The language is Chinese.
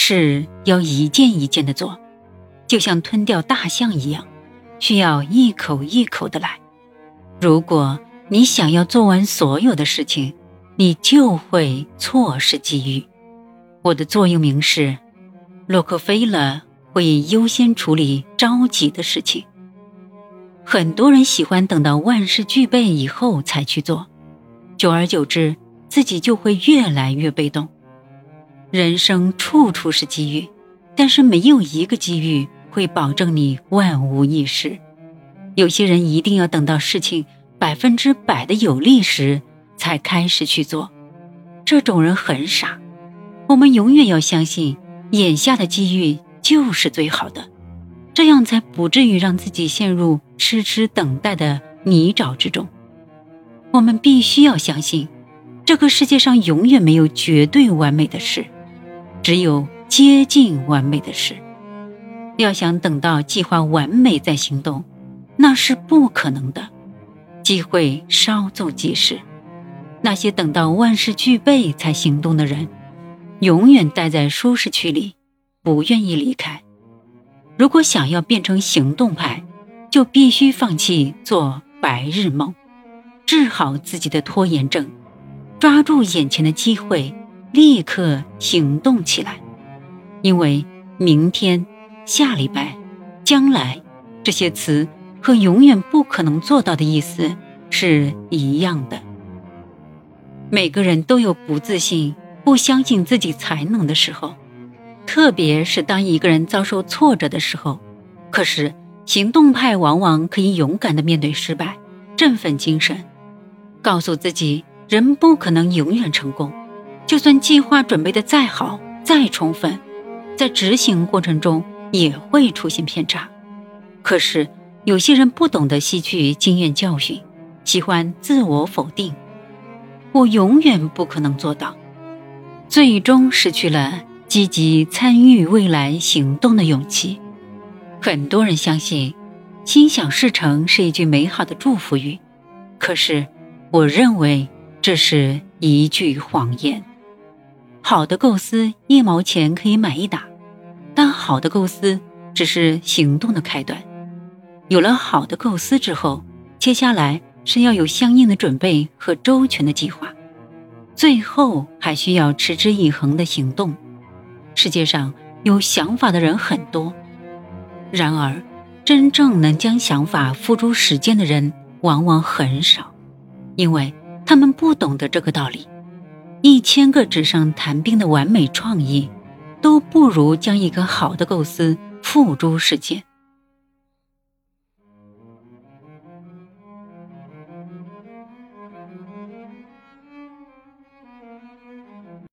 事要一件一件的做，就像吞掉大象一样，需要一口一口的来。如果你想要做完所有的事情，你就会错失机遇。我的座右铭是，洛克菲勒会优先处理着急的事情。很多人喜欢等到万事俱备以后才去做，久而久之，自己就会越来越被动。人生处处是机遇，但是没有一个机遇会保证你万无一失。有些人一定要等到事情100%的有利时才开始去做，这种人很傻。我们永远要相信，眼下的机遇就是最好的，这样才不至于让自己陷入痴痴等待的泥沼之中。我们必须要相信，这个世界上永远没有绝对完美的事，只有接近完美的事。要想等到计划完美再行动，那是不可能的，机会稍纵即逝。那些等到万事俱备才行动的人，永远待在舒适区里，不愿意离开。如果想要变成行动派，就必须放弃做白日梦，治好自己的拖延症，抓住眼前的机会，立刻行动起来。因为明天、下礼拜、将来这些词和永远不可能做到的意思是一样的。每个人都有不自信、不相信自己才能的时候，特别是当一个人遭受挫折的时候。可是行动派往往可以勇敢地面对失败，振奋精神，告诉自己人不可能永远成功，就算计划准备得再好再充分，在执行过程中也会出现偏差。可是有些人不懂得吸取经验教训，喜欢自我否定，我永远不可能做到，最终失去了积极参与未来行动的勇气。很多人相信心想事成是一句美好的祝福语，可是我认为这是一句谎言。好的构思1毛钱可以买一打，但好的构思只是行动的开端。有了好的构思之后，接下来是要有相应的准备和周全的计划，最后还需要持之以恒的行动。世界上有想法的人很多，然而真正能将想法付诸实践的人往往很少，因为他们不懂得这个道理。1000个纸上谈兵的完美创意，都不如将一个好的构思付诸实践。